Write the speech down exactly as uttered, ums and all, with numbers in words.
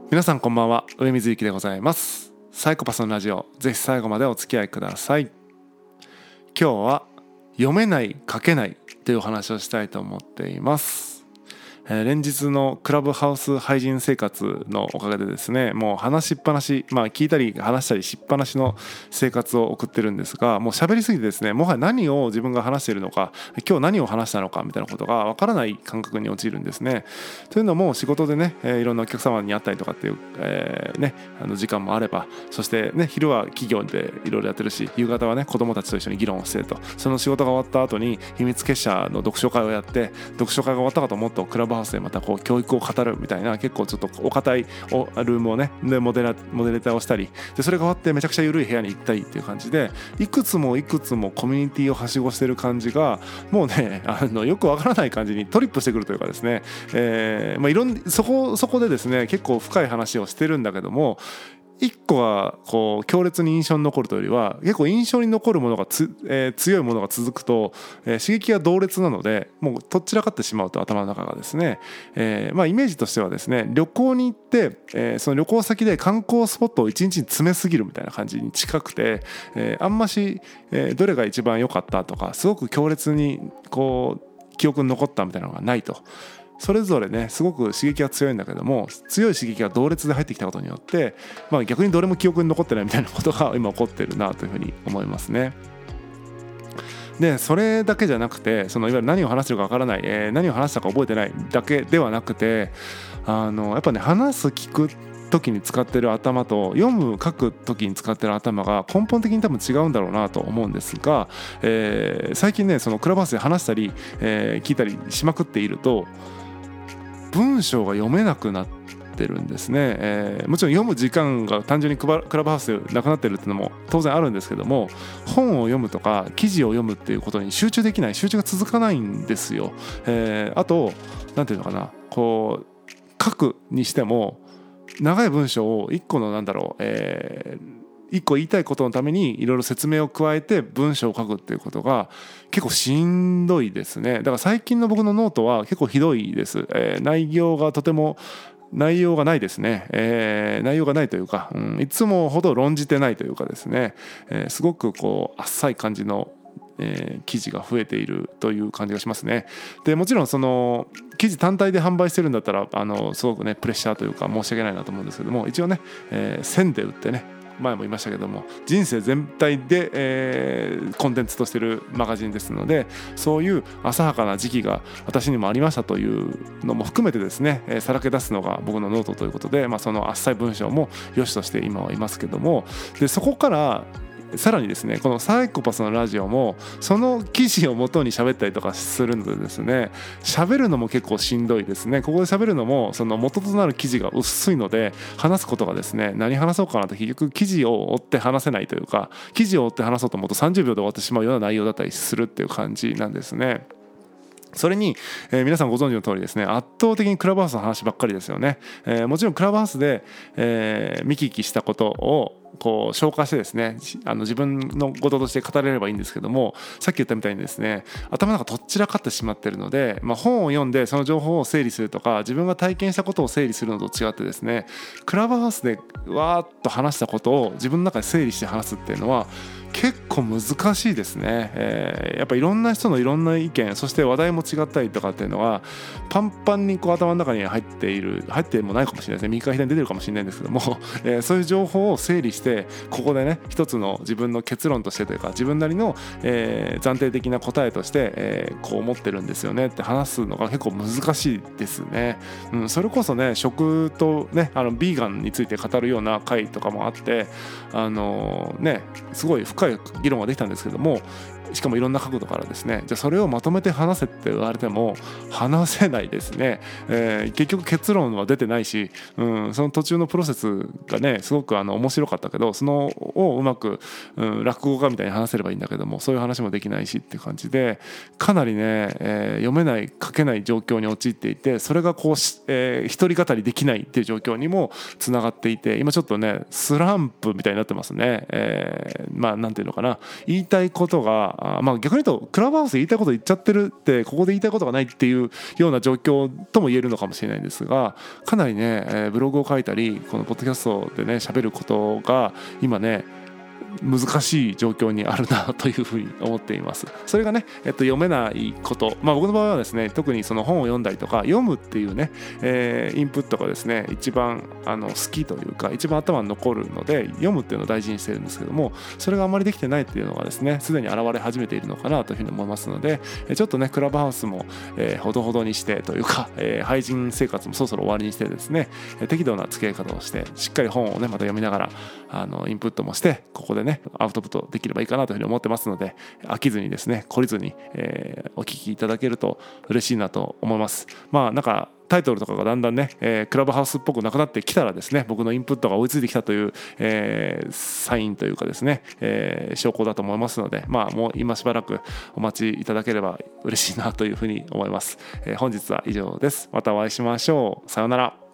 皆さんこんばんは、上水幸でございます。サイコパスのラジオ、ぜひ最後までお付き合いください。今日は読めない書けないというお話をしたいと思っています。えー、連日のクラブハウス廃人生活のおかげでですね、もう話しっぱなし、まあ聞いたり話したりしっぱなしの生活を送ってるんですが、もう喋りすぎてですね、もはや何を自分が話しているのか、今日何を話したのかみたいなことがわからない感覚に陥るんですね。というのも仕事でね、えー、いろんなお客様に会ったりとかっていう、えー、ね、あの時間もあれば、そしてね、昼は企業でいろいろやってるし、夕方はね、子供たちと一緒に議論をしていると。その仕事が終わった後に秘密結社の読書会をやって、読書会が終わったかと思うとクラブハウスでまたこう教育を語るみたいな、結構ちょっとお堅いルームをね、でモデラモデレーターをしたり、でそれが終わってめちゃくちゃ緩い部屋に行ったりっていう感じで、いくつもいくつもコミュニティをはしごしてる感じが、もうね、あのよくわからない感じにトリップしてくるというかですね、えーまあ、いろんそこそこでですね、結構深い話をしてるんだけども、一個はこう強烈に印象に残るというよりは、結構印象に残るものがつ、えー、強いものが続くと、えー、刺激が同列なので、もうとっちらかってしまうと、頭の中がですね、えーまあ、イメージとしてはですね、旅行に行って、えー、その旅行先で観光スポットを一日に詰めすぎるみたいな感じに近くて、えー、あんまし、えー、どれが一番良かったとか、すごく強烈にこう記憶に残ったみたいなのがないと。それぞれね、すごく刺激が強いんだけども、強い刺激が同列で入ってきたことによって、まあ、逆にどれも記憶に残ってないみたいなことが今起こってるなというふうに思いますね。でそれだけじゃなくて、そのいわゆる何を話してるかわからない、えー、何を話したか覚えてないだけではなくて、あのやっぱね、話す聞く時に使ってる頭と読む書く時に使ってる頭が根本的に多分違うんだろうなと思うんですが、えー、最近ね、そのクラブハウスで話したり、えー、聞いたりしまくっていると、文章が読めなくなってるんですね。えー、もちろん読む時間が単純にクラブハウスでなくなってるっていうのも当然あるんですけども、本を読むとか記事を読むっていうことに集中できない、集中が続かないんですよ。えー、あとなんていうのかな、こう書くにしても長い文章を一個のなんだろう、えー一個言いたいことのためにいろいろ説明を加えて文章を書くっていうことが結構しんどいですね。だから最近の僕のノートは結構ひどいです。えー、内容がとても内容がないですね。えー、内容がないというか、うん、いつもほど論じてないというかですね、えー、すごくこう浅い感じのえー、記事が増えているという感じがしますね。でもちろんその記事単体で販売してるんだったら、あのすごくねプレッシャーというか申し訳ないなと思うんですけども、一応ね、えー、線で売ってね、前も言いましたけども、人生全体で、えー、コンテンツとしてるマガジンですので、そういう浅はかな時期が私にもありましたというのも含めてですね、えー、さらけ出すのが僕のノートということで、まあ、その浅い文章も良しとして今はいますけども、でそこからさらにですね、このサイコパスのラジオもその記事を元に喋ったりとかするのでですね、喋るのも結構しんどいですね。ここで喋るのもその元となる記事が薄いので、話すことがですね、何話そうかなと結局記事を追って話せないというか、記事を追って話そうと思うとさんじゅうびょうで終わってしまうような内容だったりするっていう感じなんですね。それに、えー、皆さんご存知の通りですね、圧倒的にクラブハウスの話ばっかりですよね。えー、もちろんクラブハウスで、えー、見聞きしたことをこう消化してですね、あの自分のこととして語れればいいんですけども、さっき言ったみたいにですね、頭の中とっちらかってしまっているので、まあ、本を読んでその情報を整理するとか、自分が体験したことを整理するのと違ってですね、クラブハウスでわーっと話したことを自分の中で整理して話すっていうのは結構難しいですね。えー、やっぱいろんな人のいろんな意見、そして話題も違ったりとかっていうのがパンパンにこう頭の中に入っている、入ってもないかもしれないですね、右から左に出てるかもしれないんですけども、えー、そういう情報を整理してここでね、一つの自分の結論としてというか、自分なりの、えー、暫定的な答えとして、えー、こう思ってるんですよねって話すのが結構難しいですね。うん、それこそね、食とね、あのビーガンについて語るような回とかもあって、あのー、ね、すごい深い議論ができたんですけども、しかもいろんな角度からですね、じゃあそれをまとめて話せって言われても話せないですね。えー、結局結論は出てないし、うん、その途中のプロセスがね、すごくあの面白かったけど、そのをうまく、うん、落語家みたいに話せればいいんだけども、そういう話もできないしっていう感じで、かなりね、えー、読めない書けない状況に陥っていて、それがこう、えー、一人語りできないっていう状況にもつながっていて、今ちょっとねスランプみたいになってますね。えー、まあなんていうのかな、言いたいことが、まあ逆に言うとクラブハウスで言いたいこと言っちゃってるって、ここで言いたいことがないっていうような状況とも言えるのかもしれないんですが、かなりね、えー、ブログを書いたりこのポッドキャストでね喋ることが今ね難しい状況にあるなというふうに思っています。それがね、えっと、読めないこと、まあ、僕の場合はですね、特にその本を読んだりとか読むっていうね、えー、インプットがですね一番あの好きというか一番頭に残るので、読むっていうのを大事にしてるんですけども、それがあまりできてないっていうのがですねすでに現れ始めているのかなというふうに思いますので、ちょっとねクラブハウスも、えー、ほどほどにしてというか、えー、廃人生活もそろそろ終わりにしてですね、適度な付き合い方をしてしっかり本をねまた読みながらあのインプットもしてここでねアウトプットできればいいかなというふうに思ってますので、飽きずにですね懲りずに、えー、お聞きいただけると嬉しいなと思います。まあなんかタイトルとかがだんだんね、えー、クラブハウスっぽくなくなってきたらですね、僕のインプットが追いついてきたという、えー、サインというかですね、えー、証拠だと思いますので、まあもう今しばらくお待ちいただければ嬉しいなというふうに思います。えー、本日は以上です。またお会いしましょう。さようなら。